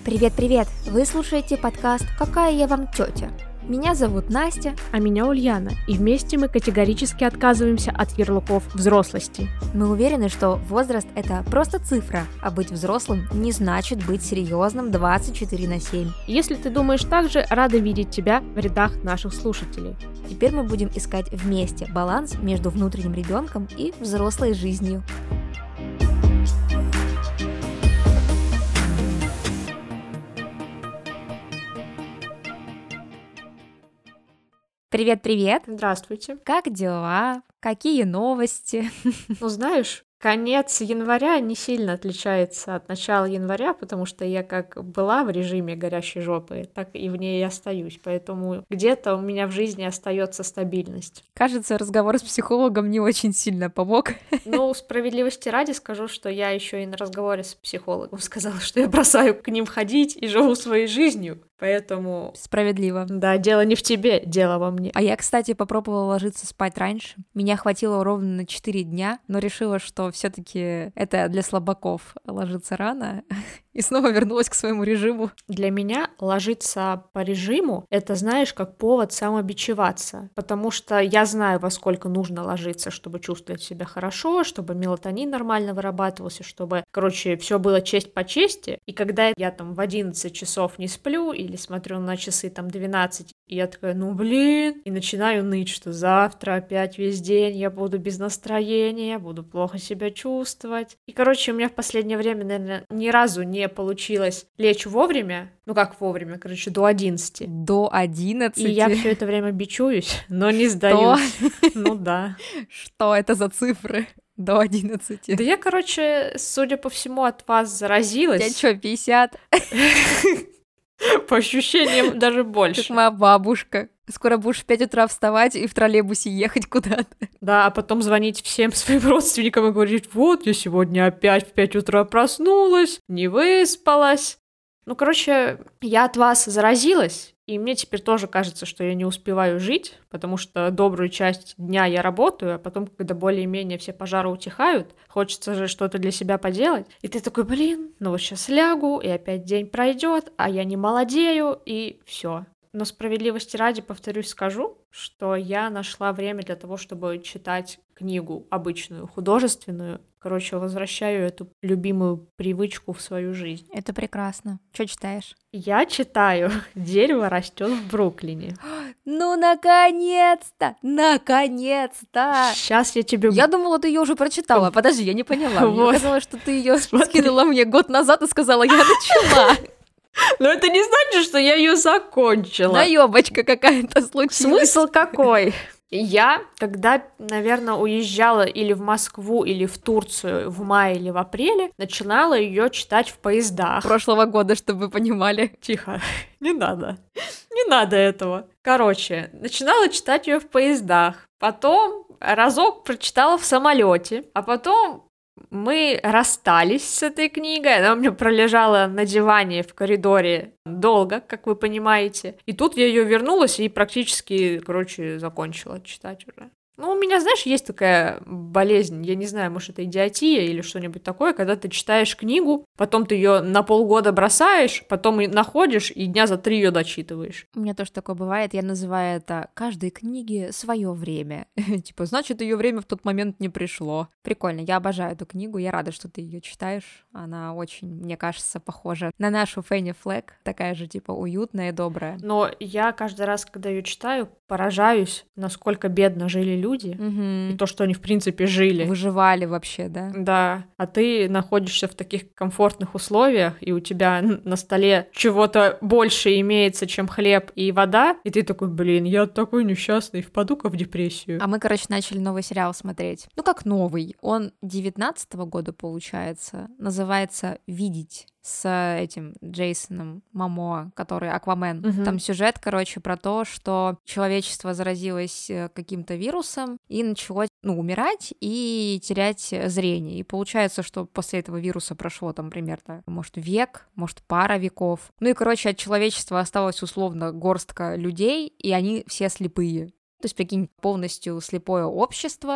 Привет-привет! Вы слушаете подкаст «Какая я вам тетя?». Меня зовут Настя. А меня Ульяна, и вместе мы категорически отказываемся от ярлыков взрослости. Мы уверены, что возраст – это просто цифра, а быть взрослым не значит быть серьезным 24/7. Если ты думаешь так же, рада видеть тебя в рядах наших слушателей. Теперь мы будем искать вместе баланс между внутренним ребенком и взрослой жизнью. Привет-привет! Здравствуйте. Как дела? Какие новости? Ну, знаешь, конец января не сильно отличается от начала января, потому что я как была в режиме горящей жопы, так и в ней и остаюсь. Поэтому где-то у меня в жизни остается стабильность. Кажется, разговор с психологом не очень сильно помог. Ну, справедливости ради скажу, что я еще и на разговоре с психологом сказала, что я бросаю к ним ходить и живу своей жизнью. Поэтому... Справедливо. Да, дело не в тебе, дело во мне. А я, кстати, попробовала ложиться спать раньше. Меня хватило ровно на 4 дня, но решила, что все-таки это для слабаков ложиться рано. И снова вернулась к своему режиму. Для меня ложиться по режиму — это, знаешь, как повод самобичеваться. Потому что я знаю, во сколько нужно ложиться, чтобы чувствовать себя хорошо, чтобы мелатонин нормально вырабатывался, чтобы, короче, все было честь по чести. И когда я там в 11 часов не сплю или смотрю на часы там 12, и я такая, и начинаю ныть, что завтра опять весь день я буду без настроения, буду плохо себя чувствовать. И, короче, у меня в последнее время, наверное, ни разу не получилось лечь вовремя, до 11. До 11? И я все это время бичуюсь, но не сдаюсь. Ну да. Что это за цифры? До 11. Да я, судя по всему, от вас заразилась. Я что, 50? По ощущениям даже больше. Как моя бабушка. Скоро будешь в 5 утра вставать и в троллейбусе ехать куда-то. Да, а потом звонить всем своим родственникам и говорить, вот, я сегодня опять в 5 утра проснулась, не выспалась. Я от вас заразилась, и мне теперь тоже кажется, что я не успеваю жить, потому что добрую часть дня я работаю, а потом, когда более-менее все пожары утихают, хочется же что-то для себя поделать. И ты такой, вот сейчас лягу, и опять день пройдет, а я не молодею, и все. Но справедливости ради, повторюсь, скажу, что я нашла время для того, чтобы читать книгу обычную, художественную. Возвращаю эту любимую привычку в свою жизнь. Это прекрасно. Что читаешь? Я читаю «Дерево растет в Бруклине». Ну, наконец-то! Наконец-то! Сейчас я тебе... Я думала, ты ее уже прочитала. Подожди, я не поняла. Мне Вот. казалось, что ты ее скинула мне год назад и сказала, я начала. Но это не значит, что я ее закончила. Наёбочка какая-то случилась. Смысл какой? Я, когда, наверное, уезжала или в Москву, или в Турцию в мае или в апреле, начинала ее читать в поездах. Прошлого года, чтобы вы понимали. Тихо, не надо. Не надо этого. Начинала читать ее в поездах. Потом разок прочитала в самолете, а потом мы расстались с этой книгой, она у меня пролежала на диване в коридоре долго, как вы понимаете. И тут я ее вернулась и практически, закончила читать уже. У меня, знаешь, есть такая болезнь, я не знаю, может, это идиотия или что-нибудь такое, когда ты читаешь книгу, потом ты ее на полгода бросаешь, потом находишь и дня за 3 ее дочитываешь. У меня тоже такое бывает, я называю это каждой книге свое время. Значит, ее время в тот момент не пришло. Прикольно, я обожаю эту книгу, я рада, что ты ее читаешь. Она очень, мне кажется, похожа на нашу Фенни Флэг, такая же, уютная и добрая. Но я каждый раз, когда ее читаю, поражаюсь, насколько бедно жили люди, и то, что они, в принципе, жили. Выживали вообще, да? Да, а ты находишься в таких комфортных условиях, и у тебя на столе чего-то больше имеется, чем хлеб и вода, и ты такой, я такой несчастный, впаду-ка в депрессию. А мы, начали новый сериал смотреть. Как новый? Он 19-го года, получается. Называется «Видеть». С этим Джейсоном Момоа, который Аквамен. Там сюжет, про то, что человечество заразилось каким-то вирусом и начало, умирать и терять зрение. И получается, что после этого вируса прошло примерно, может, век, может, пара веков. От человечества осталась условно горстка людей, и они все слепые. То есть, прикинь, полностью слепое общество, в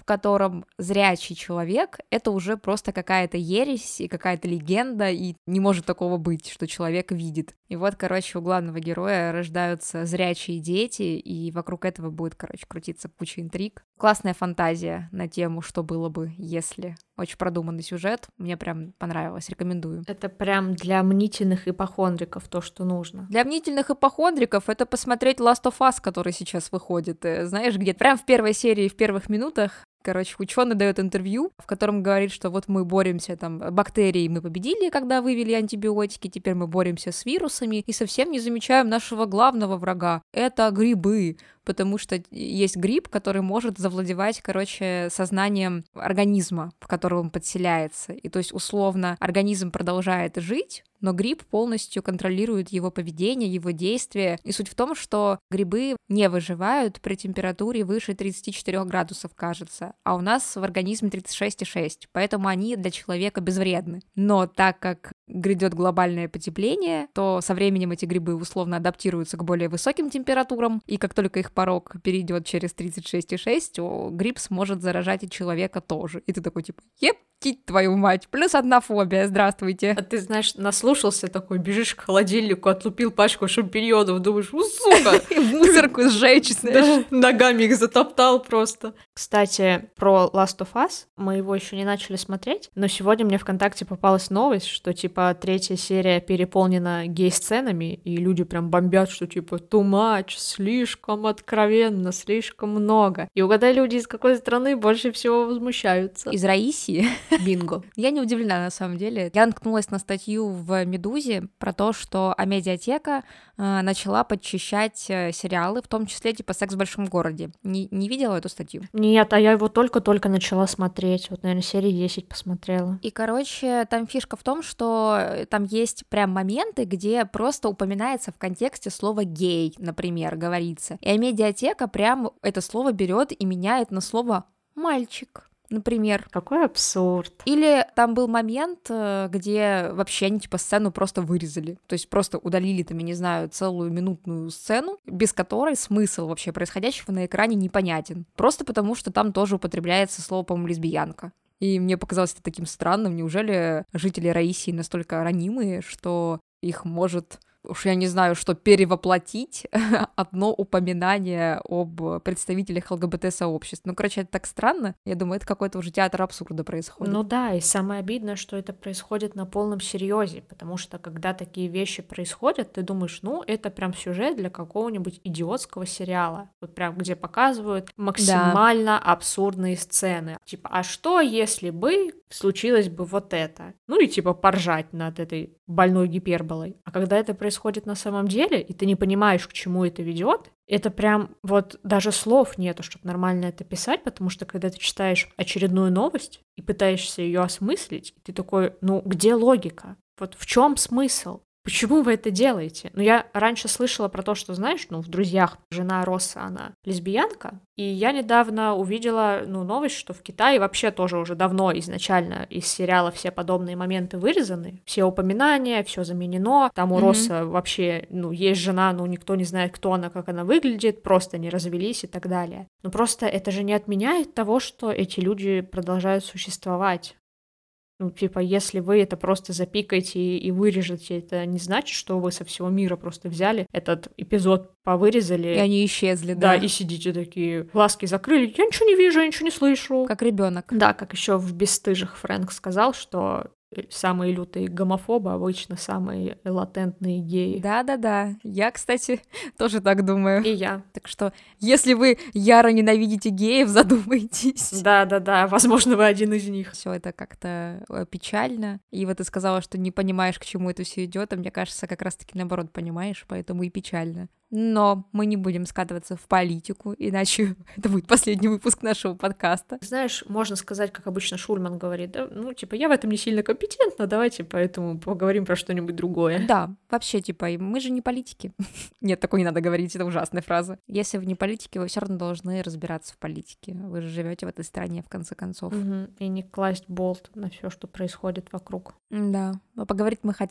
котором зрячий человек — это уже просто какая-то ересь и какая-то легенда, и не может такого быть, что человек видит. И вот, короче, у главного героя рождаются зрячие дети, и вокруг этого будет, короче, крутиться куча интриг. Классная фантазия на тему, что было бы, если. Очень продуманный сюжет, мне прям понравилось, рекомендую. Это прям для мнительных ипохондриков то, что нужно. Для мнительных ипохондриков это посмотреть Last of Us, который сейчас выходит. Знаешь, где прям в первой серии, в первых минутах, короче, ученый дает интервью, в котором говорит, что вот мы боремся, там, бактерии мы победили, когда вывели антибиотики, теперь мы боремся с вирусами и совсем не замечаем нашего главного врага. Это грибы, потому что есть гриб, который может завладевать, короче, сознанием организма, в котором он подселяется. И то есть, условно, организм продолжает жить, но гриб полностью контролирует его поведение, его действия. И суть в том, что грибы не выживают при температуре выше 34 градусов, кажется, а у нас в организме 36,6, поэтому они для человека безвредны. Но так как грядет глобальное потепление, то со временем эти грибы условно адаптируются к более высоким температурам, и как только их порог перейдет через 36,6, то гриб сможет заражать и человека тоже. И ты такой типа, ептить твою мать, плюс одна фобия, здравствуйте. А ты, знаешь, наслушался такой, бежишь к холодильнику, отлупил пачку шампиньонов, думаешь, сука! И в мусорку сжечь, знаешь. Ногами их затоптал просто. Кстати, про Last of Us, мы его еще не начали смотреть, но сегодня мне ВКонтакте попалась новость, что, типа, 3-я серия переполнена гей-сценами, и люди прям бомбят, что, типа, too much, слишком откровенно, слишком много. И угадай, люди из какой страны больше всего возмущаются. Из Раисии. Бинго. Я не удивлена, на самом деле. Я наткнулась на статью в «Медузе» про то, что Амедиатека начала подчищать сериалы, в том числе, типа, «Секс в большом городе». Не видела эту статью? Нет, а я его только-только начала смотреть. Вот, наверное, серии 10 посмотрела. И, короче, там фишка в том, что там есть прям моменты, где просто упоминается в контексте слово «гей», например, говорится. И Амедиатека прям это слово берет и меняет на слово «мальчик». Например. Какой абсурд. Или там был момент, где вообще они, типа, сцену просто вырезали. То есть просто удалили, там, я не знаю, целую минутную сцену, без которой смысл вообще происходящего на экране непонятен. Просто потому, что там тоже употребляется слово, по-моему, лесбиянка. И мне показалось это таким странным. Неужели жители Раисии настолько ранимые, что их может... Уж я не знаю, что перевоплотить одно упоминание об представителях ЛГБТ-сообществ. Ну, короче, это так странно. Я думаю, это какой-то уже театр абсурда происходит. Ну да, и самое обидное, что это происходит на полном серьезе, потому что когда такие вещи происходят, ты думаешь, ну, это прям сюжет для какого-нибудь идиотского сериала. Вот прям где показывают максимально абсурдные сцены. Типа, а что, если бы случилось бы вот это? Ну и типа поржать над этой больной гиперболой. А когда это происходит на самом деле, и ты не понимаешь, к чему это ведет, это прям вот даже слов нету, чтобы нормально это писать, потому что когда ты читаешь очередную новость и пытаешься ее осмыслить, ты такой, ну где логика? Вот в чем смысл? Почему вы это делаете? Ну, я раньше слышала про то, что, знаешь, ну, в «Друзьях» жена Росса, она лесбиянка, и я недавно увидела, ну, новость, что в Китае вообще тоже уже давно изначально из сериала все подобные моменты вырезаны, все упоминания, все заменено, там у Росса вообще, ну, есть жена, ну, никто не знает, кто она, как она выглядит, просто не развелись и так далее. Но просто это же не отменяет того, что эти люди продолжают существовать. Ну, типа, если вы это просто запикаете и вырежете, это не значит, что вы со всего мира просто взяли этот эпизод, повырезали. И они исчезли, да. Да, и сидите такие, глазки закрыли, я ничего не вижу, я ничего не слышу. Как ребенок. Да, как еще в «Бесстыжих» Фрэнк сказал, что самые лютые гомофобы обычно самые латентные геи. Да-да-да, я, кстати, тоже так думаю. И я. Так что, если вы яро ненавидите геев, задумайтесь. Да-да-да, возможно, вы один из них. Все это как-то печально. И вот ты сказала, что не понимаешь, к чему это все идет, а мне кажется, как раз-таки наоборот понимаешь, поэтому и печально. Но мы не будем скатываться в политику, иначе это будет последний выпуск нашего подкаста. Знаешь, можно сказать, как обычно Шульман говорит, да, ну, типа, я в этом не сильно компетентна, давайте поэтому поговорим про что-нибудь другое. Да, вообще, типа, мы же не политики. Нет, такое не надо говорить, это ужасная фраза. Если вы не политики, вы все равно должны разбираться в политике. Вы же живете в этой стране, в конце концов. И не класть болт на все, что происходит вокруг. Да, поговорить мы хотели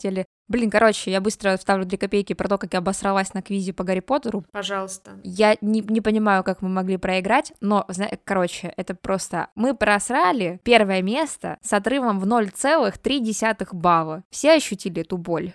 Блин, короче, я быстро вставлю 2 копейки про то, как я обосралась на квизе по Гарри Поттеру. Пожалуйста. Я не понимаю, как мы могли проиграть, но, короче, это просто... Мы просрали 1 место с отрывом в 0,3 балла. Все ощутили эту боль.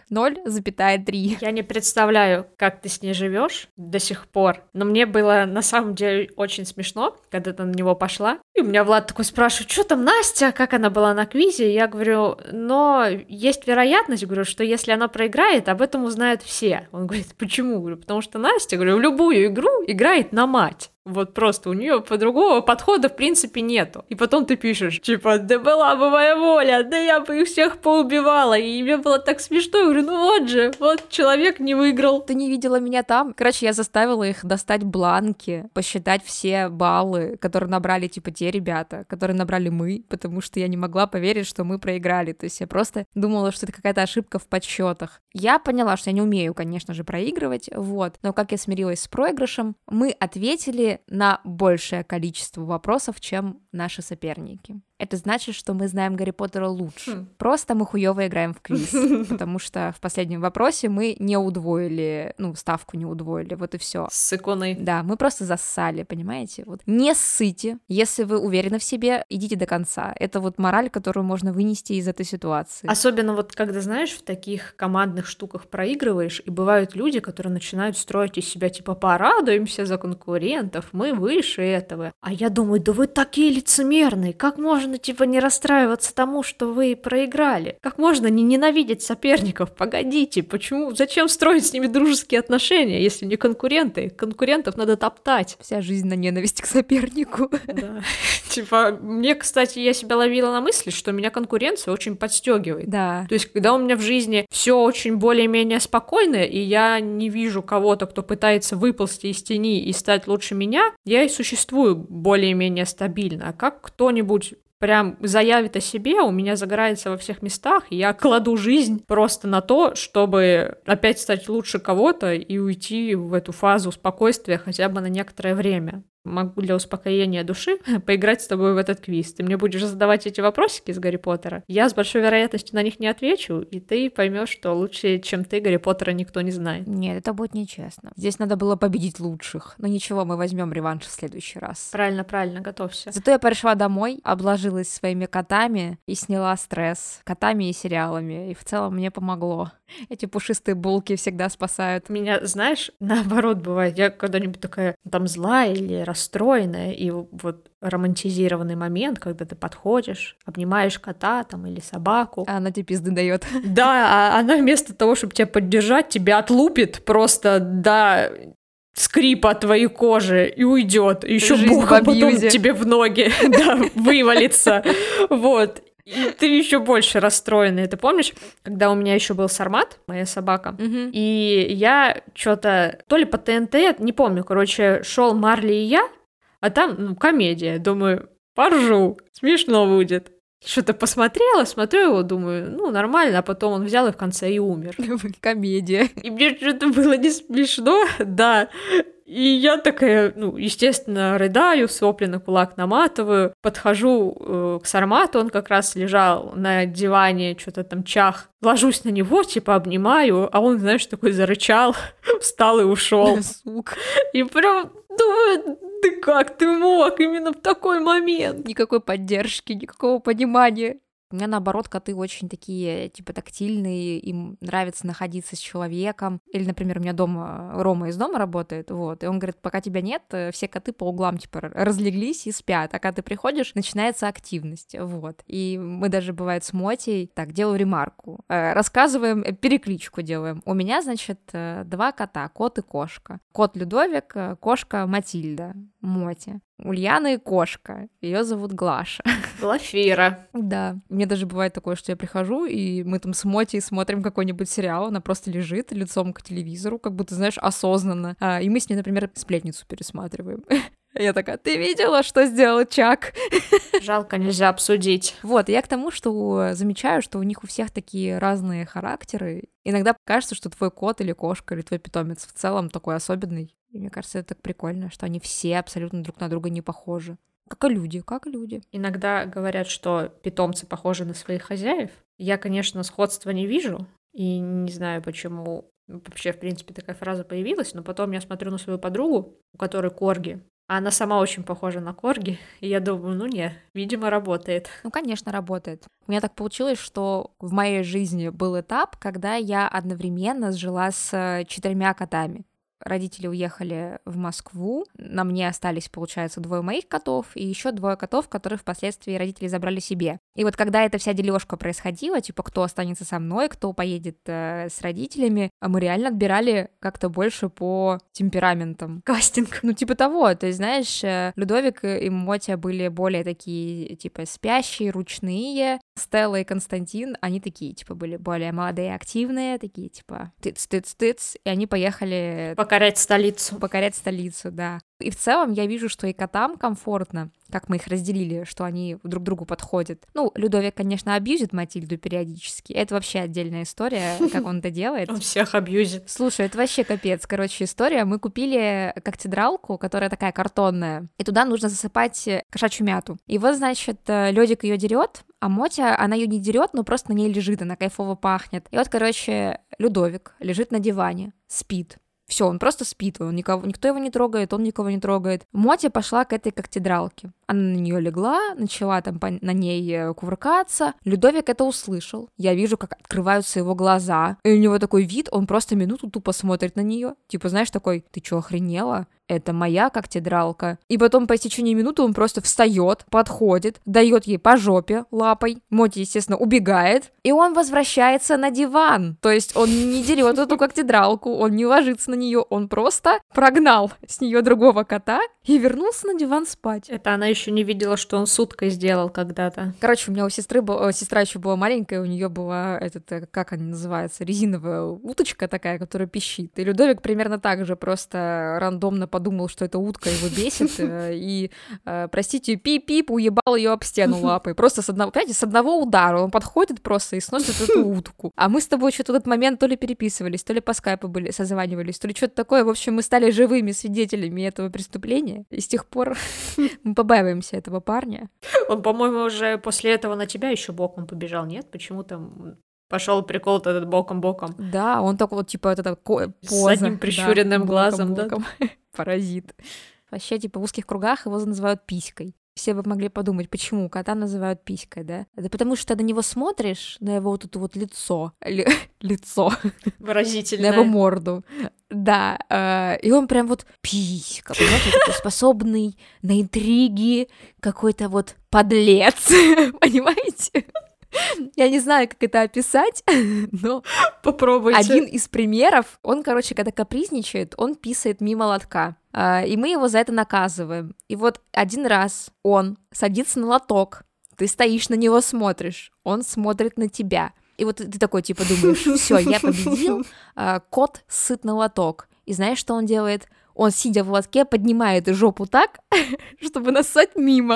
0,3. Я не представляю, как ты с ней живешь до сих пор, но мне было на самом деле очень смешно, когда ты на него пошла. И у меня Влад такой спрашивает, что там Настя, как она была на квизе? Я говорю, но есть вероятность, говорю, что если она проиграет, об этом узнают все. Он говорит, почему? Говорю, потому что Настя, говорю, в любую игру играет на мать. Вот просто у нее по-другому подхода в принципе нету. И потом ты пишешь, типа, да была бы моя воля, да я бы их всех поубивала. И мне было так смешно. Я говорю, ну вот же, вот человек не выиграл. Ты не видела меня там? Короче, я заставила их достать бланки, посчитать все баллы, которые набрали, типа, те ребята, которые набрали мы, потому что я не могла поверить, что мы проиграли. То есть я просто думала, что это какая-то ошибка в подсчетах. Я поняла, что я не умею, конечно же, проигрывать, вот. Но как я смирилась с проигрышем, мы ответили на большее количество вопросов, чем наши соперники. Это значит, что мы знаем Гарри Поттера лучше. Просто мы хуёво играем в квиз, потому что в последнем вопросе мы не удвоили, ставку не удвоили, вот и все. С иконой. Да, мы просто зассали, понимаете? Вот. Не ссыте, если вы уверены в себе, идите до конца. Это вот мораль, которую можно вынести из этой ситуации. Особенно вот когда, знаешь, в таких командных штуках проигрываешь, и бывают люди, которые начинают строить из себя, типа, порадуемся за конкурентов, мы выше этого. А я думаю, да вы такие лицемерные, как можно типа не расстраиваться тому, что вы проиграли? Как можно не ненавидеть соперников? Погодите, почему? Зачем строить с ними дружеские отношения, если не конкуренты? Конкурентов надо топтать. Вся жизнь на ненависть к сопернику. Да. Типа, мне, кстати, я себя ловила на мысли, что меня конкуренция очень подстегивает. Да. То есть, когда у меня в жизни все очень более-менее спокойно, и я не вижу кого-то, кто пытается выползти из тени и стать лучше меня, я и существую более-менее стабильно. А как кто-нибудь прям заявит о себе, у меня загорается во всех местах, и я кладу жизнь просто на то, чтобы опять стать лучше кого-то и уйти в эту фазу спокойствия хотя бы на некоторое время. Могу для успокоения души поиграть с тобой в этот квиз. Ты мне будешь задавать эти вопросики из Гарри Поттера. Я с большой вероятностью на них не отвечу, и ты поймешь, что лучше, чем ты, Гарри Поттера никто не знает. Нет, это будет нечестно. Здесь надо было победить лучших. Но ничего, мы возьмем реванш в следующий раз. Правильно, готовься. Зато я пришла домой, обложилась своими котами и сняла стресс котами и сериалами. И в целом мне помогло. Эти пушистые булки всегда спасают. Меня, знаешь, наоборот бывает. Я когда-нибудь такая там злая или расстроенная, и вот романтизированный момент, когда ты подходишь, обнимаешь кота там или собаку. А она тебе пизды дает. Да, а она вместо того, чтобы тебя поддержать, тебя отлупит просто до скрипа твоей кожи и уйдет. Еще бухом потом тебе в ноги вывалится. Вот. И ты еще больше расстроенный. Ты помнишь, когда у меня еще был Сармат, моя собака, и я что-то то ли по ТНТ, не помню, короче, шел Марли и я, а там комедия. Думаю, поржу, смешно будет. Что-то посмотрела, смотрю его, думаю, нормально, а потом он взял и в конце и умер. Комедия. И мне что-то было не смешно, да. И я такая, естественно, рыдаю, сопли на кулак наматываю, подхожу к Сармату, он как раз лежал на диване, что-то там чах, ложусь на него, типа обнимаю, а он, знаешь, такой зарычал, встал и ушел. Сука. И прям думаю, да как ты мог именно в такой момент? Никакой поддержки, никакого понимания. У меня, наоборот, коты очень такие, типа, тактильные, им нравится находиться с человеком. Или, например, у меня дома Рома из дома работает, вот, и он говорит, пока тебя нет, все коты по углам, типа, разлеглись и спят, а когда ты приходишь, начинается активность, вот. И мы даже, бывает, с Мотей, так, делаю ремарку, рассказываем, перекличку делаем. У меня, значит, 2 кота, кот и кошка. Кот Людовик, кошка Матильда, Моти. Ульяна и кошка. Ее зовут Глаша. Глафира. Да. Мне даже бывает такое, что я прихожу, и мы там с Моти смотрим какой-нибудь сериал, она просто лежит лицом к телевизору, как будто, знаешь, осознанно. И мы с ней, например, «Сплетницу» пересматриваем. Я такая, ты видела, что сделал Чак? Жалко, нельзя обсудить. Вот, я к тому, что замечаю, что у них у всех такие разные характеры. Иногда кажется, что твой кот или кошка, или твой питомец в целом такой особенный. И мне кажется, это так прикольно, что они все абсолютно друг на друга не похожи. Как и люди. Иногда говорят, что питомцы похожи на своих хозяев. Я, конечно, сходства не вижу, И не знаю, почему вообще, в принципе, такая фраза появилась, но потом я смотрю на свою подругу, у которой корги, а она сама очень похожа на корги, и я думаю, ну не, видимо, работает. Ну, конечно, работает. У меня так получилось, что в моей жизни был этап, когда я одновременно жила с 4 котами. Родители уехали в Москву, на мне остались, получается, 2 моих котов и еще 2 котов, которых впоследствии родители забрали себе. И вот когда эта вся дележка происходила, типа, кто останется со мной, кто поедет с родителями, мы реально отбирали как-то больше по темпераментам. Кастинг. Ну, типа того, то есть, знаешь, Людовик и Мотя были более такие, типа, спящие, ручные. Стелла и Константин, они такие, типа, были более молодые, активные, такие, типа, тыц-тыц-тыц, и они поехали... Покорять столицу. Покорять столицу, да. И в целом я вижу, что и котам комфортно, как мы их разделили, что они друг другу подходят. Ну, Людовик, конечно, абьюзит Матильду периодически. Это вообще отдельная история, как он это делает. Он всех абьюзит. Слушай, это вообще капец. Короче, история. Мы купили когтедралку, которая такая картонная, и туда нужно засыпать кошачью мяту. И вот, значит, Лёдик ее дерет, а Мотя, она ее не дерет, но просто на ней лежит, она кайфово пахнет. И вот, короче, Людовик лежит на диване, спит. Все, он просто спит, никто его не трогает, он никого не трогает. Мотя пошла к этой когтедралке. Она на нее легла, начала там на ней кувыркаться. Людовик это услышал. Я вижу, как открываются его глаза. И у него такой вид, он просто минуту тупо смотрит на нее. Типа, знаешь, такой, ты чё, охренела? Это моя когтедралка. И потом по истечении минуты он просто встает, подходит, дает ей по жопе лапой. Мотя, естественно, убегает. И он возвращается на диван. То есть он не дерет эту когтедралку, он не ложится на нее, он просто прогнал с нее другого кота и вернулся на диван спать. Это она еще не видела, что он с уткой сделал когда-то. Короче, у меня у сестры сестра еще была маленькая, у нее была как они называются, резиновая уточка такая, которая пищит. И Людовик примерно так же просто рандомно подумал, что эта утка его бесит, и, простите, пип-пип, уебал ее об стену лапой. Просто с одного удара он подходит просто и сносит эту утку. А мы с тобой что-то в этот момент то ли переписывались, то ли по скайпу созванивались, то ли что-то такое. В общем, мы стали живыми свидетелями этого преступления. И с тех пор мы побаиваемся этого парня. Он, по-моему, уже после этого на тебя еще боком побежал, нет? Почему-то пошел прикол этот боком-боком. Да, он такой вот, типа, вот эта поза. С одним прищуренным глазом, да? Паразит. Вообще, типа, в узких кругах его называют писькой. Все бы могли подумать, почему кота называют писькой, да? Это потому что на него смотришь, на его вот это вот лицо, лицо. Выразительное. На его морду. Да, и он прям вот писька, понимаете, такой способный на интриги, какой-то вот подлец, понимаете? Я не знаю, как это описать, но попробуйте. Один из примеров, он, короче, когда капризничает, он писает мимо лотка, и мы его за это наказываем. И вот один раз он садится на лоток, ты стоишь на него, смотришь, он смотрит на тебя. И вот ты такой, типа, думаешь, все, я победил, кот сыт на лоток. И знаешь, что он делает? Он, сидя в лотке, поднимает жопу так, чтобы нассать мимо.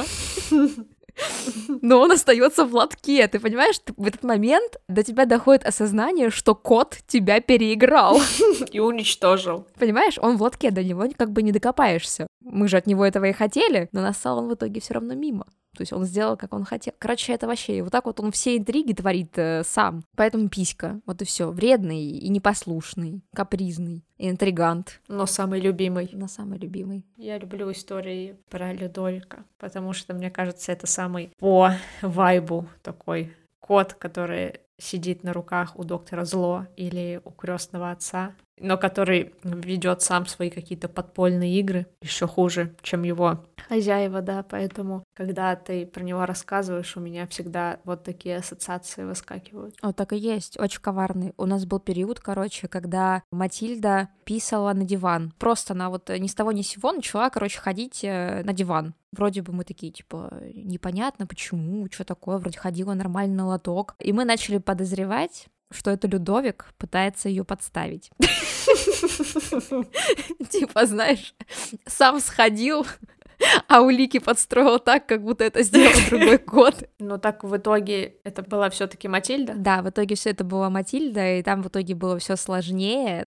Но он остается в лотке, ты понимаешь? В этот момент до тебя доходит осознание, что кот тебя переиграл. И уничтожил. Понимаешь, он в лотке, до него как бы не докопаешься. Мы же от него этого и хотели, но нассал он в итоге все равно мимо. То есть он сделал, как он хотел. Короче, это вообще... Вот так вот он все интриги творит сам. Поэтому писька. Вот и все. Вредный и непослушный, капризный, интригант. Но самый любимый. Но самый любимый. Я люблю истории про Людовика, потому что, мне кажется, это самый по вайбу такой кот, который сидит на руках у доктора Зло или у крестного отца, но который ведет сам свои какие-то подпольные игры, еще хуже, чем его хозяева, да, поэтому, когда ты про него рассказываешь, у меня всегда вот такие ассоциации выскакивают. Вот так и есть, очень коварный. У нас был период, короче, когда Матильда писала на диван. Просто она вот ни с того ни с сего начала, короче, ходить на диван. Вроде бы мы такие, типа, непонятно, почему, что такое, вроде ходила нормально на лоток. И мы начали подозревать, что это Людовик пытается ее подставить. Типа, знаешь, сам сходил, а улики подстроил так, как будто это сделал другой кот. Но так в итоге это была все-таки Матильда? Да, в итоге все это была Матильда, и там в итоге было все сложнее.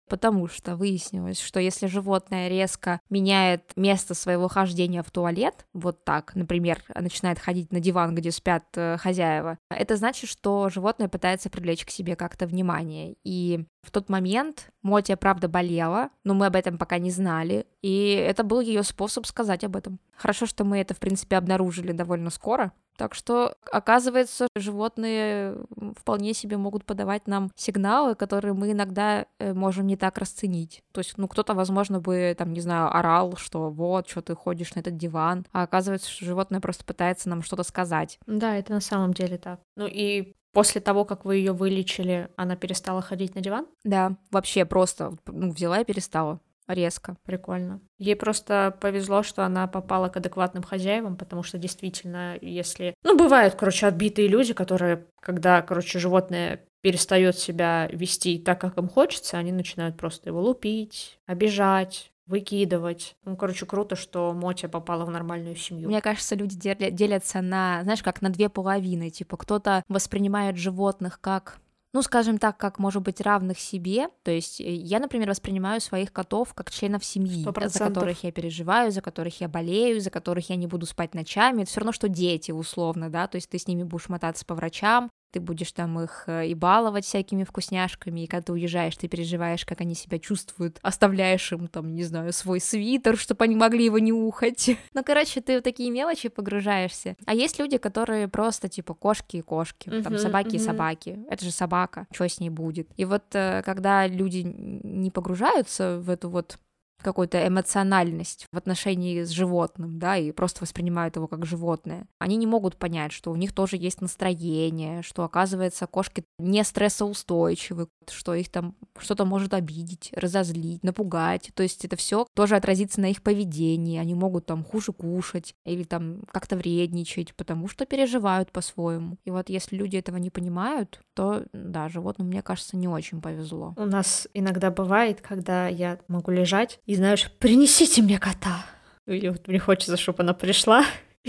Потому что выяснилось, что если животное резко меняет место своего хождения в туалет, вот так, например, начинает ходить на диван, где спят хозяева, это значит, что животное пытается привлечь к себе как-то внимание. И в тот момент Мотя, правда, болела, но мы об этом пока не знали, и это был ее способ сказать об этом. Хорошо, что мы это, в принципе, обнаружили довольно скоро. Так что, оказывается, животные вполне себе могут подавать нам сигналы, которые мы иногда можем не так расценить. То есть, кто-то, возможно, бы, там, не знаю, орал, что вот, что ты ходишь на этот диван, а оказывается, что животное просто пытается нам что-то сказать. Да, это на самом деле так. Ну и после того, как вы ее вылечили, она перестала ходить на диван? Да, вообще просто взяла и перестала. Резко. Прикольно. Ей просто повезло, что она попала к адекватным хозяевам, потому что действительно, если... бывают, отбитые люди, которые, когда, животное перестает себя вести так, как им хочется, они начинают просто его лупить, обижать, выкидывать. Круто, что Мотя попала в нормальную семью. Мне кажется, люди делятся на, знаешь, как на две половины. Типа, кто-то воспринимает животных как... скажем так, как, может быть, равных себе. То есть я, например, воспринимаю своих котов как членов семьи, 100%. За которых я переживаю, за которых я болею, за которых я не буду спать ночами. Это все равно, что дети, условно, да, то есть ты с ними будешь мотаться по врачам, ты будешь там их и баловать всякими вкусняшками, и когда ты уезжаешь, ты переживаешь, как они себя чувствуют, оставляешь им, там, не знаю, свой свитер, чтобы они могли его нюхать. Ты в такие мелочи погружаешься. А есть люди, которые просто, типа, кошки и кошки, там, собаки и собаки. Это же собака, что с ней будет? И вот когда люди не погружаются в эту вот какую-то эмоциональность в отношении с животным, да, и просто воспринимают его как животное. Они не могут понять, что у них тоже есть настроение, что, оказывается, кошки не стрессоустойчивы, что их там что-то может обидеть, разозлить, напугать. То есть это все тоже отразится на их поведении. Они могут там хуже кушать или там как-то вредничать, потому что переживают по-своему. И вот если люди этого не понимают, то, да, животным, мне кажется, не очень повезло. У нас иногда бывает, когда я могу лежать и, знаешь, принесите мне кота. Или вот мне хочется, чтобы она пришла.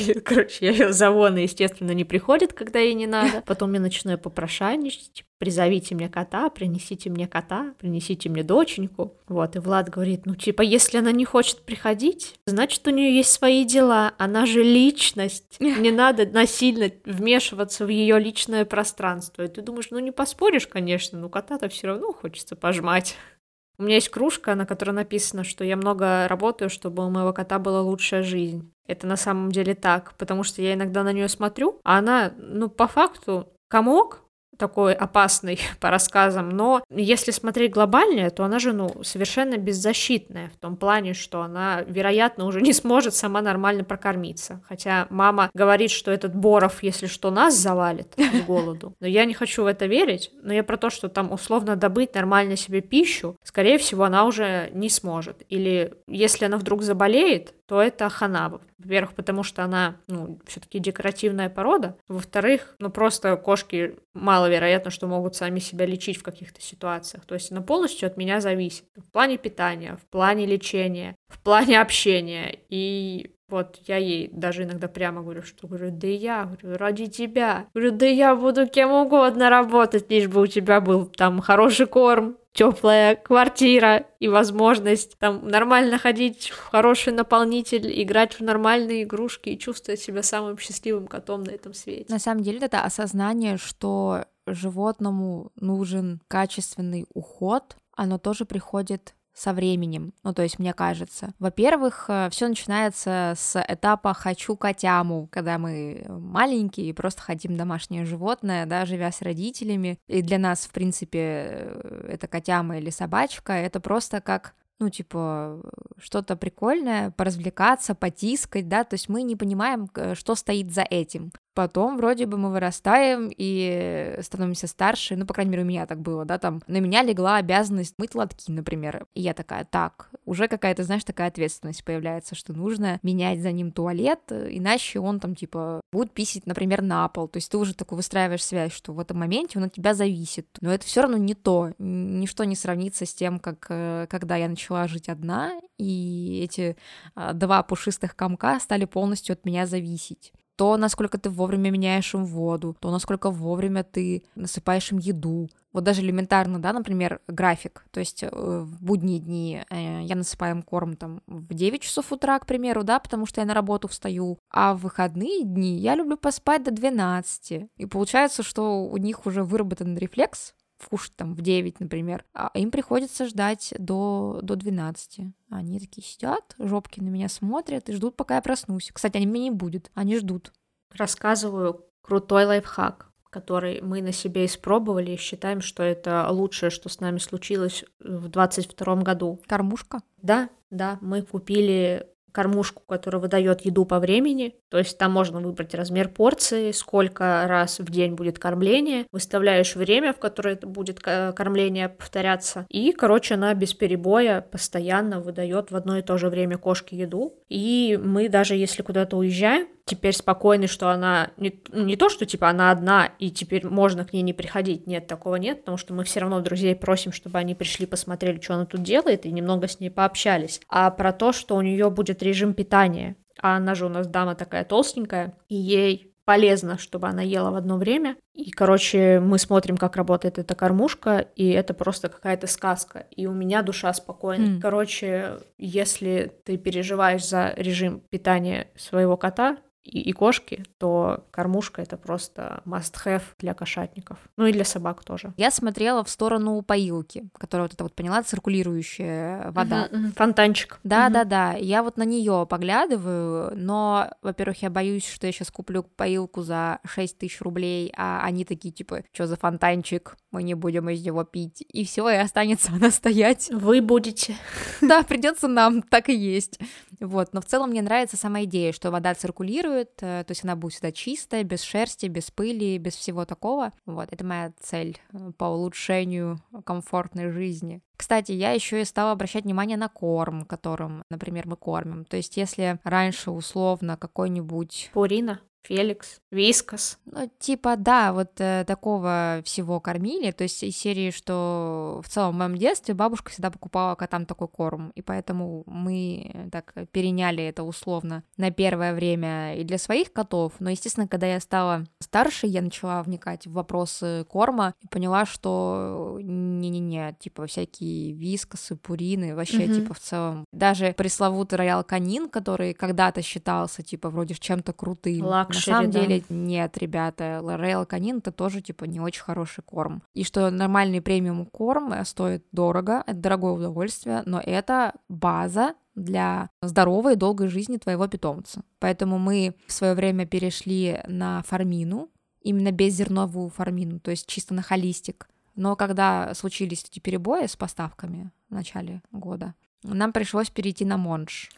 Я ее зову, она, естественно, не приходит, когда ей не надо. Потом я начинаю попрошайничать, призовите мне кота, принесите мне доченьку. Вот, и Влад говорит, если она не хочет приходить, значит, у нее есть свои дела, она же личность, не надо насильно вмешиваться в ее личное пространство. И ты думаешь, не поспоришь, конечно, но кота-то все равно хочется пожмать. У меня есть кружка, на которой написано, что я много работаю, чтобы у моего кота была лучшая жизнь. Это на самом деле так, потому что я иногда на нее смотрю, а она, по факту, комок такой опасный по рассказам, но если смотреть глобальнее, то она же, совершенно беззащитная в том плане, что она, вероятно, уже не сможет сама нормально прокормиться. Хотя мама говорит, что этот Боров, если что, нас завалит с голоду. Но я не хочу в это верить, но я про то, что там условно добыть нормально себе пищу, скорее всего, она уже не сможет. Или если она вдруг заболеет, то это хана. Во-первых, потому что она, все-таки декоративная порода. Во-вторых, просто кошки маловероятно, что могут сами себя лечить в каких-то ситуациях. То есть она полностью от меня зависит. В плане питания, в плане лечения, в плане общения. И вот я ей даже иногда прямо говорю, да я, ради тебя. Да я буду кем угодно работать, лишь бы у тебя был там хороший корм, теплая квартира и возможность там нормально ходить в хороший наполнитель, играть в нормальные игрушки и чувствовать себя самым счастливым котом на этом свете. На самом деле это осознание, что животному нужен качественный уход, оно тоже приходит со временем, то есть мне кажется. Во-первых, все начинается с этапа «хочу котяму», когда мы маленькие и просто хотим домашнее животное, да, живя с родителями. И для нас, в принципе, это котяма или собачка, это просто как что-то прикольное, поразвлекаться, потискать, да, то есть мы не понимаем, что стоит за этим. Потом вроде бы мы вырастаем и становимся старше, по крайней мере, у меня так было, да, там на меня легла обязанность мыть лотки, например, и я такая, так, уже какая-то, знаешь, такая ответственность появляется, что нужно менять за ним туалет, иначе он там, будет писать, например, на пол, то есть ты уже такой выстраиваешь связь, что в этом моменте он от тебя зависит, но это все равно не то, ничто не сравнится с тем, как когда я начала жить одна, и эти 2 пушистых комка стали полностью от меня зависеть. То, насколько ты вовремя меняешь им воду, то, насколько вовремя ты насыпаешь им еду. Вот даже элементарно, да, например, график. То есть в будние дни я насыпаю им корм там в 9 часов утра, к примеру, да, потому что я на работу встаю, а в выходные дни я люблю поспать до 12. И получается, что у них уже выработан рефлекс вкушать там в 9, например, а им приходится ждать до 12. Они такие сидят, жопки на меня смотрят и ждут, пока я проснусь. Кстати, они меня не будут, они ждут. Рассказываю крутой лайфхак, который мы на себе испробовали и считаем, что это лучшее, что с нами случилось в 2022 году. Кормушка? Да, мы купили кормушку, которая выдает еду по времени, то есть там можно выбрать размер порции, сколько раз в день будет кормление, выставляешь время, в которое будет кормление повторяться, и, короче, она без перебоя постоянно выдает в одно и то же время кошке еду, и мы даже если куда-то уезжаем, теперь спокойны, что она не то, что типа она одна, и теперь можно к ней не приходить. Нет, такого нет, потому что мы все равно друзей просим, чтобы они пришли, посмотрели, что она тут делает, и немного с ней пообщались. А про то, что у нее будет режим питания. А она же у нас дама такая толстенькая, и ей полезно, чтобы она ела в одно время. И, короче, мы смотрим, как работает эта кормушка, и это просто какая-то сказка. И у меня душа спокойна. Короче, если ты переживаешь за режим питания своего кота, и кошки, то кормушка — это просто must-have для кошатников. Ну и для собак тоже. Я смотрела в сторону поилки, которая вот это вот, поняла, циркулирующая вода. Фонтанчик. Да. Я вот на нее поглядываю, но, во-первых, я боюсь, что я сейчас куплю поилку за 6 тысяч рублей, а они такие, типа, что за фонтанчик, мы не будем из него пить, и все, и останется она стоять. Вы будете. Да, придется нам, так и есть. Вот, но в целом мне нравится сама идея, что вода циркулирует, то есть она будет всегда чистая, без шерсти, без пыли, без всего такого. Вот, это моя цель по улучшению комфортной жизни. Кстати, я еще и стала обращать внимание на корм, которым, например, мы кормим. То есть, если раньше условно какой-нибудь... Пурина, Феликс, Вискас. Ну, типа, да, вот такого всего кормили, то есть из серии, что в целом в моем детстве бабушка всегда покупала котам такой корм, и поэтому мы так переняли это условно на первое время и для своих котов, но, естественно, когда я стала старше, я начала вникать в вопросы корма и поняла, что не-не-не, типа, всякие вискасы, пурины, вообще, типа, в целом, даже пресловутый роял канин, который когда-то считался, типа, вроде чем-то крутым, на самом деле, нет, ребята, Royal Canin — это тоже, типа, не очень хороший корм. И что нормальный премиум корм стоит дорого, это дорогое удовольствие, но это база для здоровой и долгой жизни твоего питомца. Поэтому мы в свое время перешли на фармину, именно беззерновую фармину, то есть чисто на холистик. Но когда случились эти перебои с поставками в начале года, нам пришлось перейти на Монж.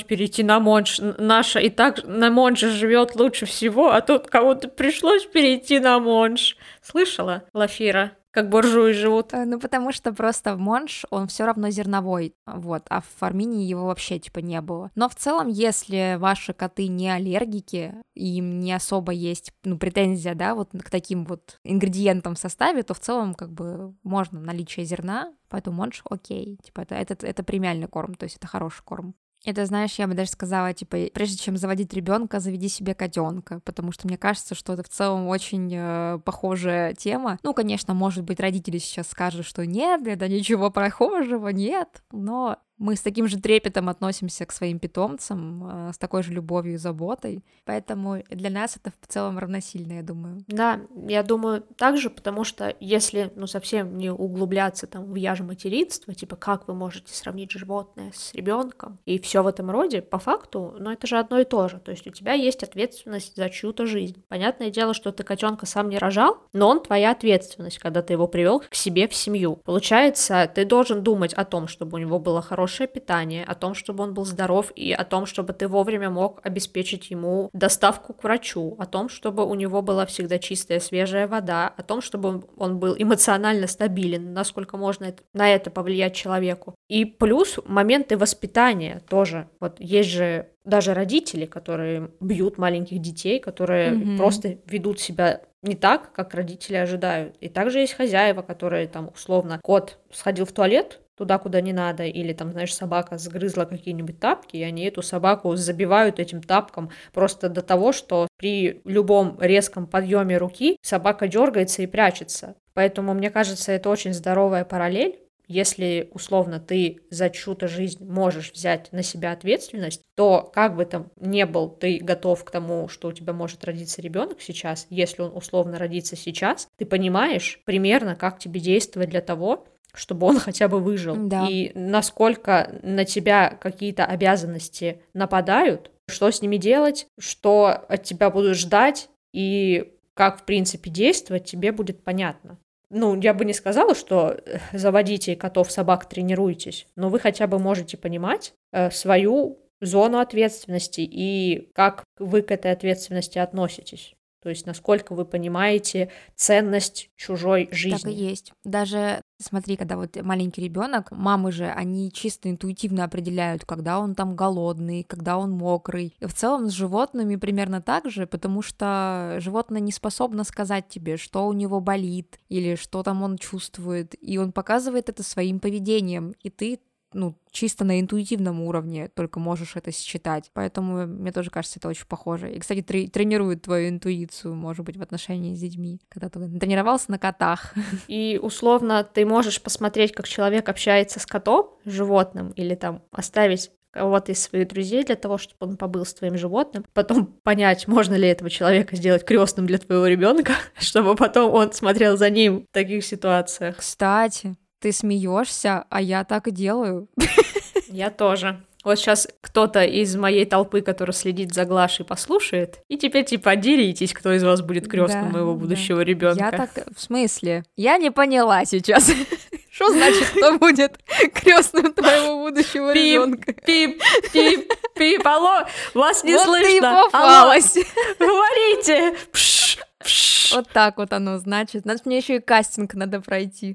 Наша и так на Монже живет лучше всего, а тут кому-то пришлось перейти на Монж. Слышала, Лафира? Как буржуи живут. Ну, потому что просто Монж, он все равно зерновой, вот, а в фармине его вообще, типа, не было. Но в целом, если ваши коты не аллергики, и им не особо есть, ну, претензия, да, вот к таким вот ингредиентам в составе, то в целом, как бы, можно наличие зерна, поэтому Монж окей, типа, это премиальный корм, то есть это хороший корм. Это, знаешь, я бы даже сказала, типа, прежде чем заводить ребенка, заведи себе котенка, потому что мне кажется, что это в целом очень похожая тема. Ну, конечно, может быть, родители сейчас скажут, что нет, это ничего похожего, нет, но мы с таким же трепетом относимся к своим питомцам, с такой же любовью и заботой, поэтому для нас это в целом равносильно, я думаю. Да, я думаю так же, потому что если, ну, совсем не углубляться там в яжо-материнство, типа, как вы можете сравнить животное с ребенком и все в этом роде, по факту, ну, это же одно и то же, то есть у тебя есть ответственность за чью-то жизнь. Понятное дело, что ты котенка сам не рожал, но он твоя ответственность, когда ты его привел к себе в семью. Получается, ты должен думать о том, чтобы у него было хорошее питание, о том, чтобы он был здоров, и о том, чтобы ты вовремя мог обеспечить ему доставку к врачу, о том, чтобы у него была всегда чистая, свежая вода, о том, чтобы он был эмоционально стабилен, насколько можно на это повлиять человеку. И плюс моменты воспитания тоже. Вот есть же даже родители, которые бьют маленьких детей, которые просто ведут себя не так, как родители ожидают. И также есть хозяева, которые там условно кот сходил в туалет, туда, куда не надо, или там, знаешь, собака сгрызла какие-нибудь тапки, и они эту собаку забивают этим тапком просто до того, что при любом резком подъеме руки собака дергается и прячется. Поэтому, мне кажется, это очень здоровая параллель. Если, условно, ты за чью-то жизнь можешь взять на себя ответственность, то как бы там ни был ты готов к тому, что у тебя может родиться ребенок сейчас, если он условно родится сейчас, ты понимаешь примерно, как тебе действовать для того, чтобы он хотя бы выжил. Да. И насколько на тебя какие-то обязанности нападают, что с ними делать, что от тебя будут ждать и как, в принципе, действовать, тебе будет понятно. Ну, я бы не сказала, что заводите котов, собак, тренируйтесь, но вы хотя бы можете понимать свою зону ответственности и как вы к этой ответственности относитесь. То есть насколько вы понимаете ценность чужой жизни. Так и есть. Даже смотри, когда вот маленький ребенок, мамы же, они чисто интуитивно определяют, когда он там голодный, когда он мокрый. И в целом с животными примерно так же, потому что животное не способно сказать тебе, что у него болит или что там он чувствует, и он показывает это своим поведением, и ты чисто на интуитивном уровне только можешь это считать. Поэтому мне тоже кажется, это очень похоже. И, кстати, тренирует твою интуицию, может быть, в отношении с детьми, когда ты тренировался на котах. И, условно, ты можешь посмотреть, как человек общается с котом, животным, или там оставить кого-то из своих друзей для того, чтобы он побыл с твоим животным, потом понять, можно ли этого человека сделать крестным для твоего ребенка, чтобы потом он смотрел за ним в таких ситуациях. Кстати, ты смеешься, а я так и делаю. Я тоже. Вот сейчас кто-то из моей толпы, который следит за Глашей, послушает, и теперь типа деритесь, кто из вас будет крестным моего будущего ребенка. Я так, в смысле? Я не поняла сейчас. Что значит, кто будет крестным твоего будущего ребенка? Пип, пип, пип, алло, вас не слышно. Вот ты попалась. Говорите. Вот так вот оно значит. Значит, мне еще и кастинг надо пройти.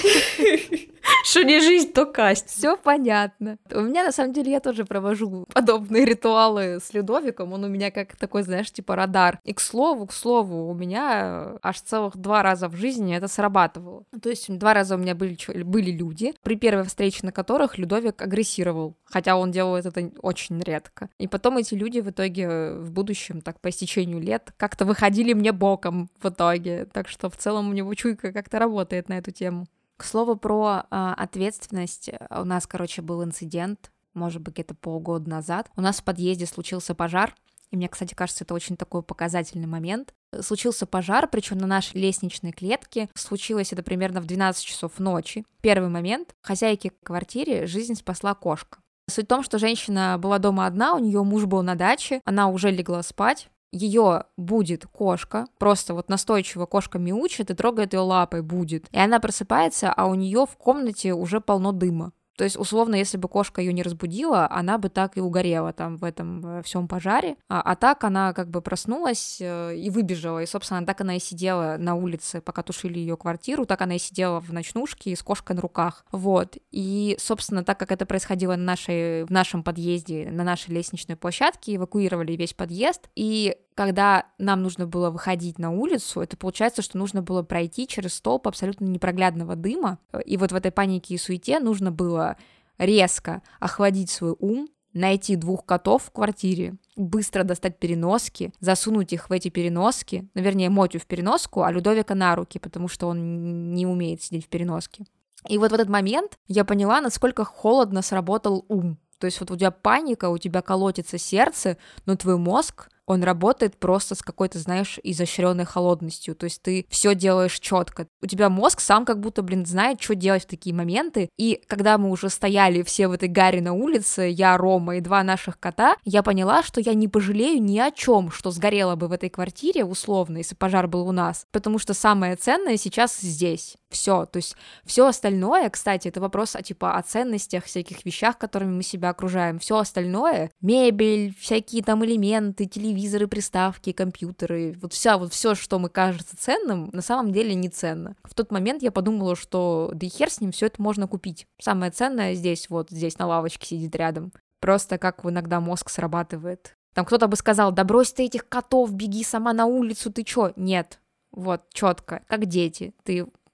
Что не жизнь, то кастинг. Все понятно. У меня, на самом деле, я тоже провожу подобные ритуалы с Людовиком. Он у меня как такой, знаешь, типа радар. И к слову, у меня аж целых 2 раза в жизни это срабатывало. То есть 2 раза у меня были люди, при первой встрече на которых Людовик агрессировал, хотя он делает это очень редко. И потом эти люди в итоге в будущем, так по истечению лет, как-то выходили мне боком в итоге. Так что в целом у него чуйка как-то работает на эту тему. К слову про ответственность, у нас, был инцидент, может быть, где-то полгода назад. У нас в подъезде случился пожар, и мне, кстати, кажется, это очень такой показательный момент. Случился пожар, причем на нашей лестничной клетке. Случилось это примерно в 12 часов ночи. Первый момент. Хозяйке квартиры жизнь спасла кошка. Суть в том, что женщина была дома одна, у нее муж был на даче, она уже легла спать. Ее будет кошка, просто вот настойчиво кошка мяучит и трогает ее лапой, будет. И она просыпается, а у нее в комнате уже полно дыма. То есть, условно, если бы кошка ее не разбудила, она бы так и угорела там в этом всем пожаре. А так она проснулась и выбежала. И, собственно, так она и сидела на улице, пока тушили ее квартиру. Так она и сидела в ночнушке и с кошкой на руках. Вот. И, собственно, так как это происходило в нашем подъезде, на нашей лестничной площадке, эвакуировали весь подъезд. И когда нам нужно было выходить на улицу, это получается, что нужно было пройти через столб абсолютно непроглядного дыма. И вот в этой панике и суете нужно было резко охладить свой ум, найти 2 котов в квартире, быстро достать переноски, засунуть их в эти переноски, вернее, Мотю в переноску, а Людовика на руки, потому что он не умеет сидеть в переноске. И вот в этот момент я поняла, насколько холодно сработал ум. То есть вот у тебя паника, у тебя колотится сердце, но твой мозг, он работает просто с какой-то, знаешь, изощренной холодностью. То есть ты все делаешь четко. У тебя мозг сам как будто, знает, что делать в такие моменты. И когда мы уже стояли все в этой гаре на улице, я, Рома и 2 наших кота, я поняла, что я не пожалею ни о чем, что сгорело бы в этой квартире, условно, если пожар был у нас. Потому что самое ценное сейчас здесь. Все. То есть все остальное, кстати, это вопрос о ценностях, всяких вещах, которыми мы себя окружаем. Все остальное, мебель, всякие там элементы, телевизоры, приставки, компьютеры, вот все, что мы кажется ценным, на самом деле не ценно. В тот момент я подумала, что да и хер с ним, все это можно купить. Самое ценное здесь на лавочке сидит рядом. Просто как иногда мозг срабатывает. Там кто-то бы сказал: да брось ты этих котов, беги сама на улицу, ты чё? Нет. Вот, четко, как дети. Ты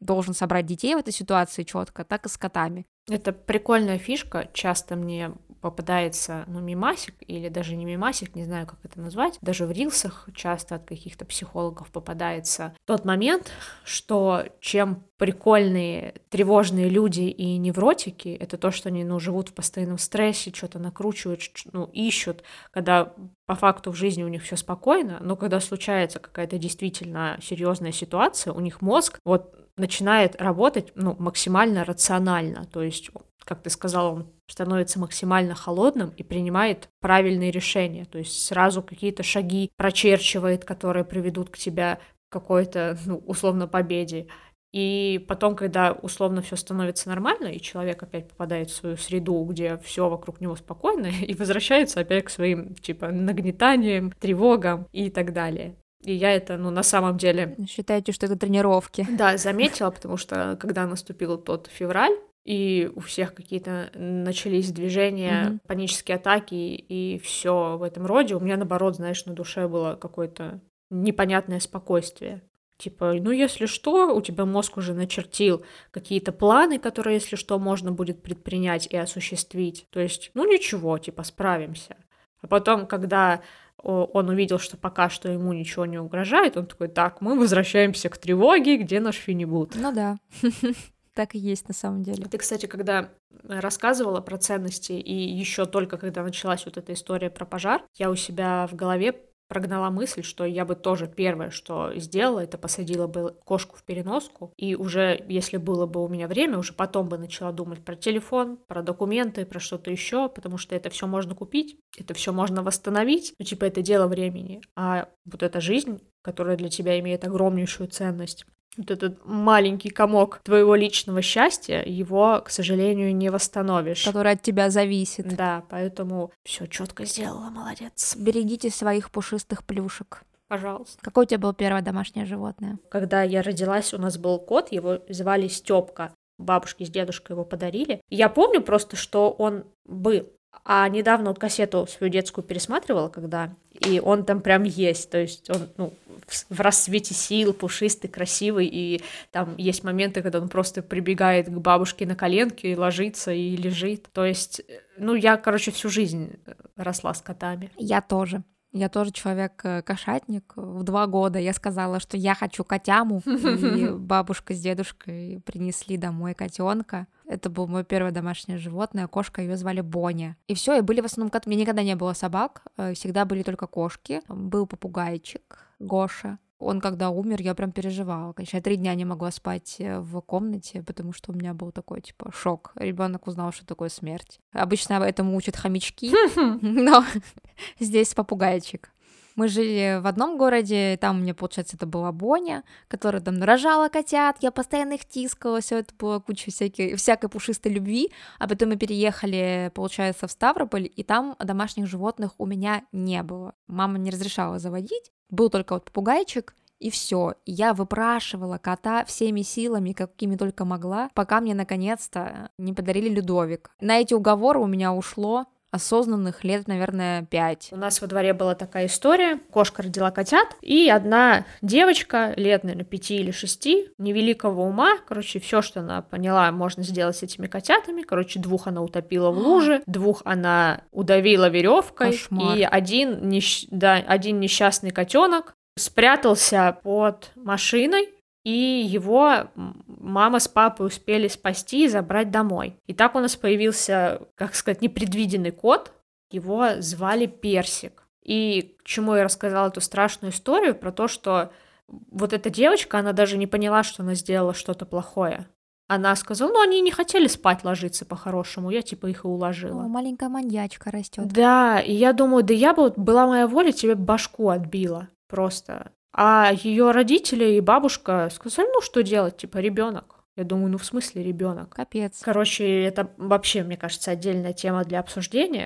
должен собрать детей в этой ситуации четко, так и с котами. Это прикольная фишка, часто мне попадается, мимасик, или даже не мимасик, не знаю, как это назвать, даже в рилсах часто от каких-то психологов попадается тот момент, что чем прикольные, тревожные люди и невротики, это то, что они, живут в постоянном стрессе, что-то накручивают, ищут, когда по факту в жизни у них все спокойно, но когда случается какая-то действительно серьезная ситуация, у них мозг начинает работать, максимально рационально, то есть, как ты сказала, он становится максимально холодным и принимает правильные решения, то есть сразу какие-то шаги прочерчивает, которые приведут к тебе к какой-то, условно, победе. И потом, когда условно все становится нормально, и человек опять попадает в свою среду, где все вокруг него спокойно, и возвращается опять к своим, нагнетаниям, тревогам и так далее. И я это, на самом деле... Считаете, что это тренировки? Да, заметила, потому что когда наступил тот февраль, и у всех какие-то начались движения, панические атаки и все в этом роде, у меня, наоборот, знаешь, на душе было какое-то непонятное спокойствие. Если что, у тебя мозг уже начертил какие-то планы, которые, если что, можно будет предпринять и осуществить. То есть, ничего, справимся. А потом, когда он увидел, что пока что ему ничего не угрожает, он такой: так, мы возвращаемся к тревоге, где наш финибут? Ну да, так и есть на самом деле. Ты, кстати, когда рассказывала про ценности, и еще только когда началась вот эта история про пожар, я у себя в голове прогнала мысль, что я бы тоже первое, что сделала, это посадила бы кошку в переноску, и уже, если было бы у меня время, уже потом бы начала думать про телефон, про документы, про что-то еще, потому что это все можно купить, это все можно восстановить, это дело времени. А вот эта жизнь, которая для тебя имеет огромнейшую ценность, вот этот маленький комок твоего личного счастья, его, к сожалению, не восстановишь. Который от тебя зависит. Да, поэтому все четко сделала, молодец. Берегите своих пушистых плюшек. Пожалуйста. Какое у тебя было первое домашнее животное? Когда я родилась, у нас был кот, его звали Стёпка. Бабушке с дедушкой его подарили. Я помню просто, что он был. А недавно кассету свою детскую пересматривала, и он там прям есть, то есть он, в расцвете сил, пушистый, красивый, и там есть моменты, когда он просто прибегает к бабушке на коленки и ложится, и лежит. То есть, я, всю жизнь росла с котами. Я тоже. Я тоже человек-кошатник. В 2 года я сказала, что я хочу котяму, и бабушка с дедушкой принесли домой котенка. Это было мое первое домашнее животное. Кошка, ее звали Боня. И все, и были в основном коты. У меня никогда не было собак, всегда были только кошки. Был попугайчик Гоша. Он когда умер, я прям переживала. Конечно, я 3 дня не могла спать в комнате, потому что у меня был такой, шок. Ребенок узнал, что такое смерть. Обычно этому учат хомячки, но здесь попугайчик. Мы жили в одном городе, там у меня, получается, это была Боня, которая там рожала котят, я постоянно их тискала, все это было куча всякой пушистой любви, а потом мы переехали, получается, в Ставрополь, и там домашних животных у меня не было. Мама не разрешала заводить, был только попугайчик, и все. Я выпрашивала кота всеми силами, какими только могла, пока мне наконец-то не подарили Людовик. На эти уговоры у меня ушло осознанных лет, наверное, 5. У нас во дворе была такая история. Кошка родила котят, и одна девочка лет, наверное, 5 или 6, невеликого ума, все, что она поняла, можно сделать с этими котятами. 2 она утопила в луже, 2 она удавила веревкой, и один несчастный котенок спрятался под машиной, и его мама с папой успели спасти и забрать домой. И так у нас появился, непредвиденный кот, его звали Персик. И к чему я рассказала эту страшную историю, про то, что вот эта девочка, она даже не поняла, что она сделала что-то плохое. Она сказала, они не хотели спать, ложиться по-хорошему, я их и уложила. Маленькая маньячка растет. Да, и я думаю, была моя воля, тебе башку отбила просто. А ее родители и бабушка сказали, что делать, ребенок. Я думаю, в смысле ребенок? Капец. Это вообще, мне кажется, отдельная тема для обсуждения.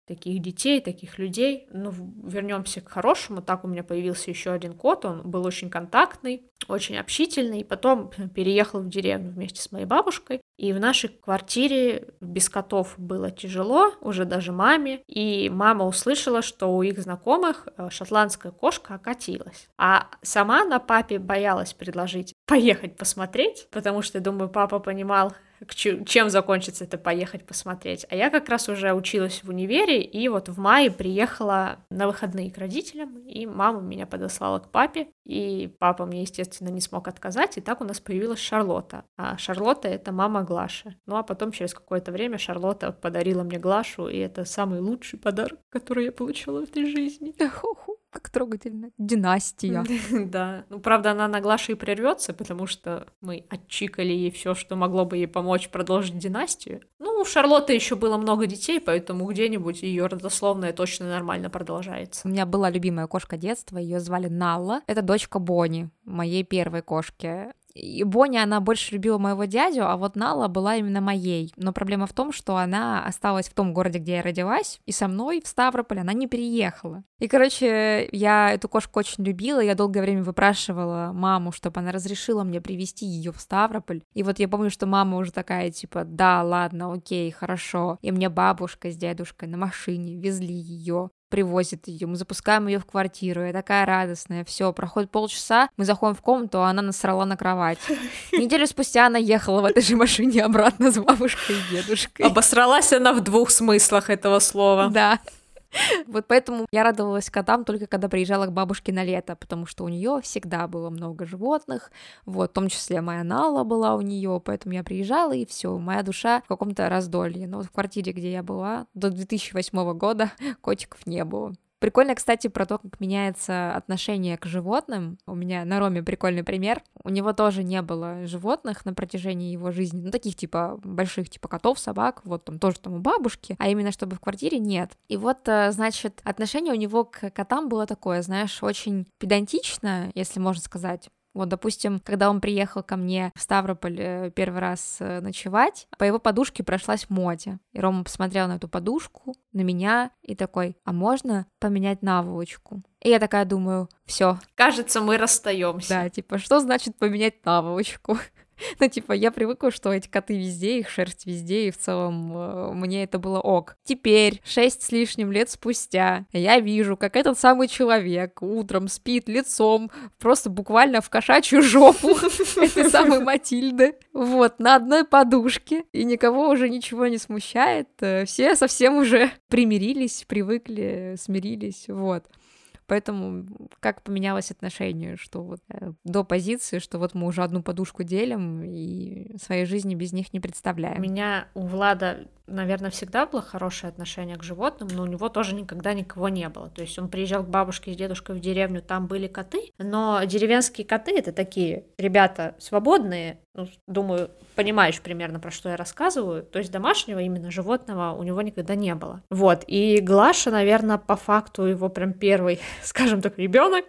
таких детей, таких людей. Ну, вернемся к хорошему. Так у меня появился еще один кот, он был очень контактный, очень общительный, и потом переехал в деревню вместе с моей бабушкой. И в нашей квартире без котов было тяжело, уже даже маме. И мама услышала, что у их знакомых шотландская кошка окатилась. А сама она папе боялась предложить поехать посмотреть, потому что, думаю, папа понимал, чем закончится это поехать посмотреть. А я как раз уже училась в универе, и вот в мае приехала на выходные к родителям, и мама меня подослала к папе, и папа мне, естественно, не смог отказать, и так у нас появилась Шарлотта. А Шарлотта — это мама Глаши. Ну а потом через какое-то время Шарлотта подарила мне Глашу, и это самый лучший подарок, который я получила в этой жизни. Как трогательно. Династия. Да. Ну, правда, она на Глаше и прервется, потому что мы отчикали ей все, что могло бы ей помочь продолжить династию. Ну, у Шарлотты еще было много детей, поэтому где-нибудь ее родословная точно нормально продолжается. У меня была любимая кошка детства, ее звали Налла. Это дочка Бонни, моей первой кошки. И Бонни, она больше любила моего дядю, а вот Нала была именно моей. Но проблема в том, что она осталась в том городе, где я родилась, и со мной в Ставрополь она не переехала. И, короче, я эту кошку очень любила, я долгое время выпрашивала маму, чтобы она разрешила мне привезти ее в Ставрополь. И вот я помню, что мама уже такая, типа, да, ладно, окей, хорошо. И мне бабушка с дедушкой на машине везли ее, привозит ее, мы запускаем ее в квартиру, я такая радостная, все, проходит полчаса, мы заходим в комнату, а она насрала на кровать. Неделю спустя она ехала в этой же машине обратно с бабушкой и дедушкой. Обосралась она в двух смыслах этого слова. Да. Вот поэтому я радовалась котам только когда приезжала к бабушке на лето, потому что у нее всегда было много животных, вот, в том числе моя Нала была у нее, поэтому я приезжала, и все, моя душа в каком-то раздолье. Но вот в квартире, где я была, до 2008 года котиков не было. Прикольно, кстати, про то, как меняется отношение к животным. У меня на Роме прикольный пример. У него тоже не было животных на протяжении его жизни, ну, таких, типа, больших, типа, котов, собак, вот там тоже там у бабушки, а именно, чтобы в квартире нет. И вот, значит, отношение у него к котам было такое, знаешь, очень педантично, если можно сказать. Вот, допустим, когда он приехал ко мне в Ставрополь первый раз ночевать, по его подушке прошлась Мотя. И Рома посмотрел на эту подушку, на меня, и такой: а можно поменять наволочку? И я такая думаю: все. Кажется, мы расстаемся. Да, типа, что значит поменять наволочку? Ну, типа, я привыкла, что эти коты везде, их шерсть везде, и в целом мне это было ок. Теперь, 6 с лишним лет спустя, я вижу, как этот самый человек утром спит лицом просто буквально в кошачью жопу этой самой Матильды, вот, на одной подушке, и никого уже ничего не смущает, все совсем уже примирились, привыкли, смирились, вот. Поэтому как поменялось отношение, что вот до позиции, что вот мы уже одну подушку делим и своей жизни без них не представляем. У меня, у Влада, наверное, всегда было хорошее отношение к животным, но у него тоже никогда никого не было. То есть он приезжал к бабушке с дедушкой в деревню, там были коты, но деревенские коты — это такие ребята свободные, ну, думаю, понимаешь примерно, про что я рассказываю. То есть домашнего именно животного у него никогда не было. Вот, и Глаша, наверное, по факту его прям первый, скажем так, ребенок,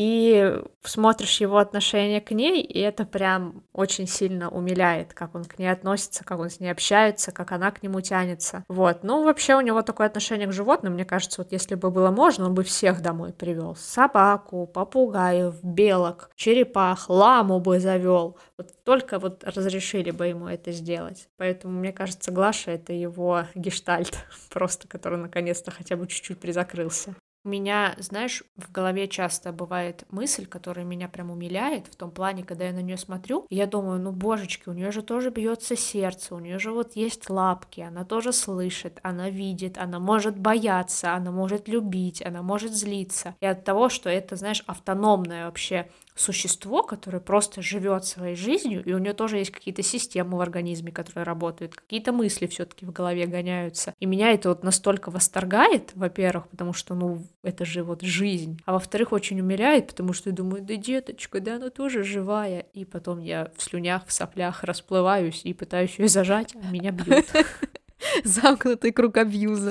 и смотришь его отношение к ней, и это прям очень сильно умиляет, как он к ней относится, как он с ней общается, как она к нему тянется. Вот, ну, вообще у него такое отношение к животным, мне кажется, вот если бы было можно, он бы всех домой привел: собаку, попугаев, белок, черепах, ламу бы завел. Вот только вот разрешили бы ему это сделать. Поэтому, мне кажется, Глаша — это его гештальт просто, который наконец-то хотя бы чуть-чуть призакрылся. У меня, знаешь, в голове часто бывает мысль, которая меня прям умиляет, в том плане, когда я на нее смотрю, и я думаю: ну, божечки, у нее же тоже бьется сердце, у нее же вот есть лапки, она тоже слышит, она видит, она может бояться, она может любить, она может злиться. И от того, что это, знаешь, автономное вообще существо, которое просто живет своей жизнью, и у нее тоже есть какие-то системы в организме, которые работают, какие-то мысли все-таки в голове гоняются. И меня это вот настолько восторгает, во-первых, потому что, ну, это же вот жизнь, а во-вторых, очень умиляет, потому что я думаю: да, деточка, да она тоже живая. И потом я в слюнях, в соплях расплываюсь и пытаюсь ее зажать, а меня бьют. Замкнутый круг абьюза.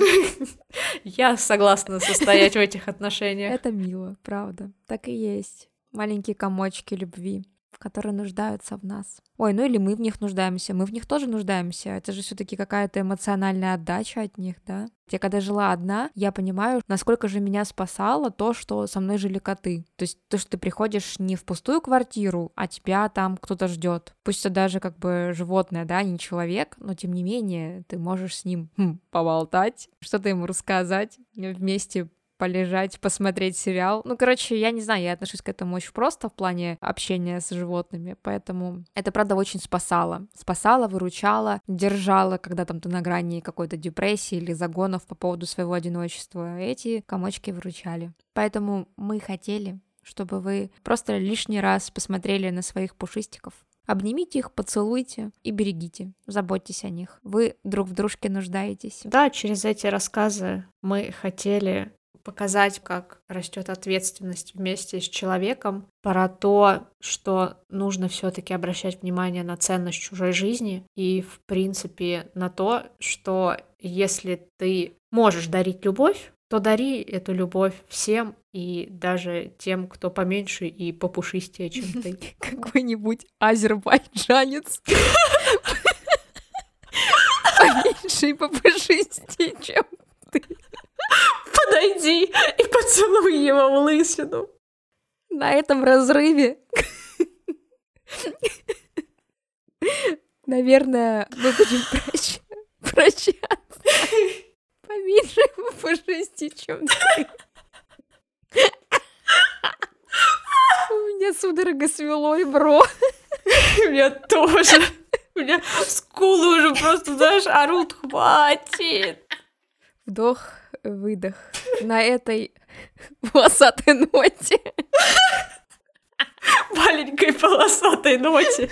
Я согласна состоять в этих отношениях. Это мило, правда. Так и есть. Маленькие комочки любви. которые нуждаются в нас. Ой, ну или мы в них нуждаемся, мы в них тоже нуждаемся. Это же все-таки какая-то эмоциональная отдача от них, да? Я когда жила одна, я понимаю, насколько же меня спасало то, что со мной жили коты. То есть то, что ты приходишь не в пустую квартиру, а тебя там кто-то ждет. Пусть это даже как бы животное, да, не человек, но тем не менее ты можешь с ним поболтать, что-то ему рассказать, вместе полежать, посмотреть сериал. Ну, короче, я не знаю, я отношусь к этому очень просто в плане общения с животными, поэтому это, правда, очень спасало. Спасало, выручало, держало, когда там ты на грани какой-то депрессии или загонов по поводу своего одиночества. Эти комочки выручали. Поэтому мы хотели, чтобы вы просто лишний раз посмотрели на своих пушистиков. Обнимите их, поцелуйте и берегите, заботьтесь о них. Вы друг в дружке нуждаетесь. Да, через эти рассказы мы хотели показать, как растет ответственность вместе с человеком, про то, что нужно все-таки обращать внимание на ценность чужой жизни и, в принципе, на то, что если ты можешь дарить любовь, то дари эту любовь всем и даже тем, кто поменьше и попушистее, чем ты. Какой-нибудь азербайджанец поменьше и попушистее, чем ты. Подойди и поцелуй его в лысину. На этом разрыве, наверное, мы будем прощаться. Поменьше попушистее, чем ты. У меня судорога свело и бро. У меня тоже. У меня скулы уже просто, знаешь, орут. Хватит. Вдох, выдох. На этой волосатой ноте. Маленькой полосатой ноте.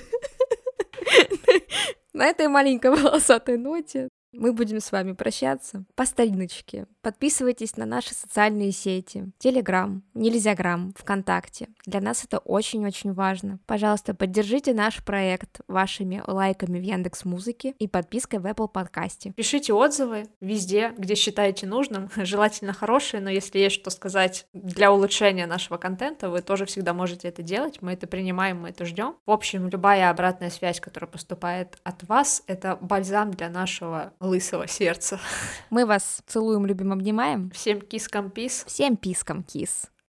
На этой маленькой волосатой ноте мы будем с вами прощаться по стариночке. Подписывайтесь на наши социальные сети. Телеграм, Нельзяграм, ВКонтакте. Для нас это очень-очень важно. Пожалуйста, поддержите наш проект вашими лайками в Яндекс.Музыке и подпиской в Apple подкасте. Пишите отзывы везде, где считаете нужным. Желательно хорошие, но если есть что сказать для улучшения нашего контента, вы тоже всегда можете это делать. Мы это принимаем, мы это ждем. В общем, любая обратная связь, которая поступает от вас, это бальзам для нашего лысого сердца. Мы вас целуем, любим, обнимаем. Всем кискам пис. Всем пискам кис.